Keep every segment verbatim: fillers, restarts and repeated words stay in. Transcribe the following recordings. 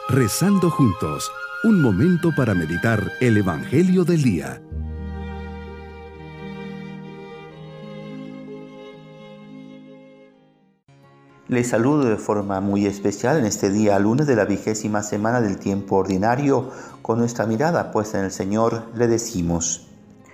Rezando juntos, un momento para meditar el Evangelio del día. Les saludo de forma muy especial en este día lunes de la vigésima semana del tiempo ordinario. Con nuestra mirada puesta en el Señor, le decimos: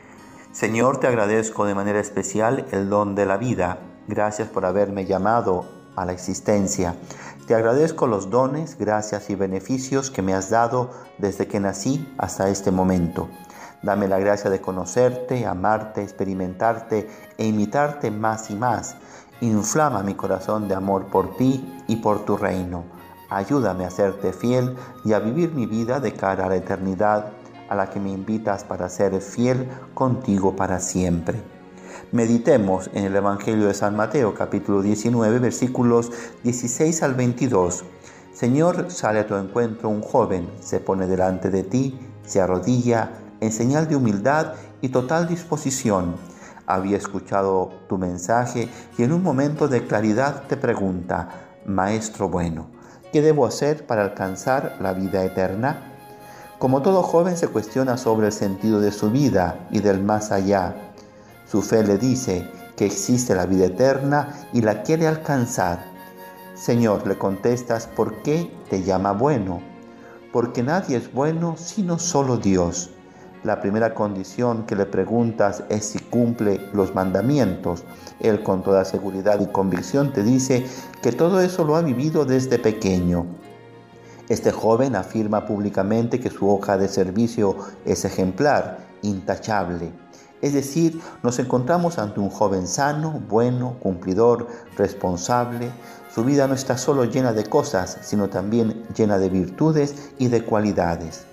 Señor, te agradezco de manera especial el don de la vida. Gracias por haberme llamado a la existencia. Te agradezco los dones, gracias y beneficios que me has dado desde que nací hasta este momento. Dame la gracia de conocerte, amarte, experimentarte e imitarte más y más. Inflama mi corazón de amor por ti y por tu reino. Ayúdame a serte fiel y a vivir mi vida de cara a la eternidad, a la que me invitas para ser fiel contigo para siempre. Meditemos en el Evangelio de San Mateo, capítulo diecinueve, versículos dieciséis al veintidós. Señor, sale a tu encuentro un joven, se pone delante de ti, se arrodilla en señal de humildad y total disposición. Había escuchado tu mensaje y en un momento de claridad te pregunta: Maestro bueno, ¿qué debo hacer para alcanzar la vida eterna? Como todo joven se cuestiona sobre el sentido de su vida y del más allá. Su fe le dice que existe la vida eterna y la quiere alcanzar. Señor, le contestas, ¿por qué te llama bueno? Porque nadie es bueno sino solo Dios. La primera condición que le preguntas es si cumple los mandamientos. Él con toda seguridad y convicción te dice que todo eso lo ha vivido desde pequeño. Este joven afirma públicamente que su hoja de servicio es ejemplar, intachable. Es decir, nos encontramos ante un joven sano, bueno, cumplidor, responsable. Su vida no está solo llena de cosas, sino también llena de virtudes y de cualidades.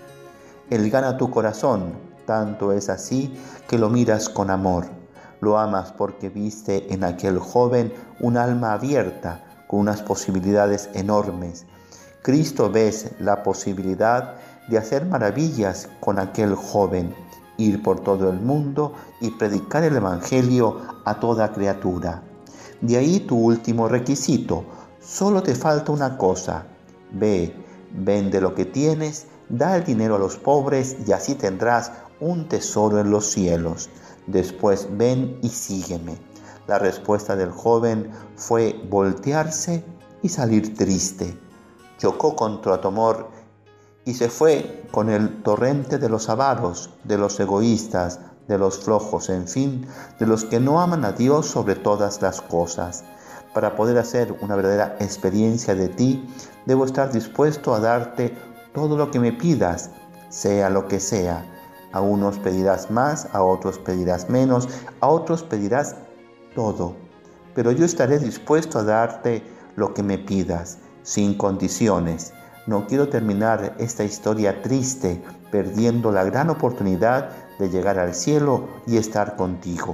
Él gana tu corazón, tanto es así que lo miras con amor. Lo amas porque viste en aquel joven un alma abierta, con unas posibilidades enormes. Cristo ves la posibilidad de hacer maravillas con aquel joven, ir por todo el mundo y predicar el Evangelio a toda criatura. De ahí tu último requisito: solo te falta una cosa. Ve, vende lo que tienes, da el dinero a los pobres y así tendrás un tesoro en los cielos. Después ven y sígueme. La respuesta del joven fue voltearse y salir triste. Chocó contra tu amor y se fue con el torrente de los avaros, de los egoístas, de los flojos, en fin, de los que no aman a Dios sobre todas las cosas. Para poder hacer una verdadera experiencia de ti, debo estar dispuesto a darte todo lo que me pidas, sea lo que sea. A unos pedirás más, a otros pedirás menos, a otros pedirás todo. Pero yo estaré dispuesto a darte lo que me pidas, sin condiciones. No quiero terminar esta historia triste, perdiendo la gran oportunidad de llegar al cielo y estar contigo.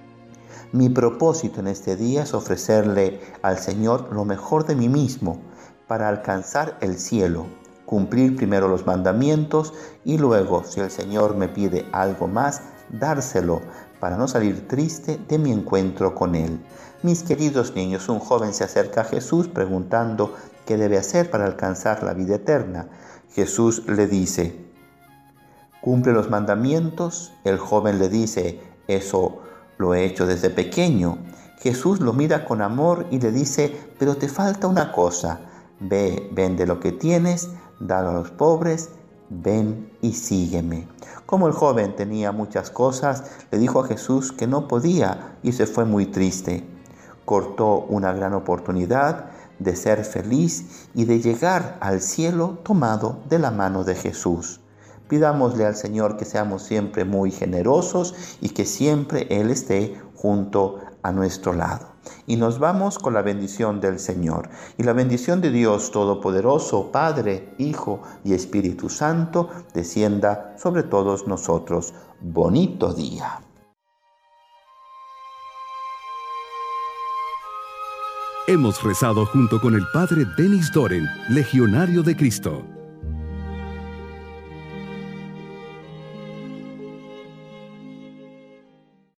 Mi propósito en este día es ofrecerle al Señor lo mejor de mí mismo para alcanzar el cielo. Cumplir primero los mandamientos y luego, si el Señor me pide algo más, dárselo para no salir triste de mi encuentro con Él. Mis queridos niños, un joven se acerca a Jesús preguntando qué debe hacer para alcanzar la vida eterna. Jesús le dice: ¿cumple los mandamientos? El joven le dice: eso lo he hecho desde pequeño. Jesús lo mira con amor y le dice: pero te falta una cosa. Ve, vende lo que tienes, dalo a los pobres, ven y sígueme. Como el joven tenía muchas cosas, le dijo a Jesús que no podía y se fue muy triste. Cortó una gran oportunidad de ser feliz y de llegar al cielo tomado de la mano de Jesús. Pidámosle al Señor que seamos siempre muy generosos y que siempre Él esté junto a nuestro lado. Y nos vamos con la bendición del Señor. Y la bendición de Dios Todopoderoso, Padre, Hijo y Espíritu Santo, descienda sobre todos nosotros. Bonito día. Hemos rezado junto con el Padre Denis Doren, Legionario de Cristo.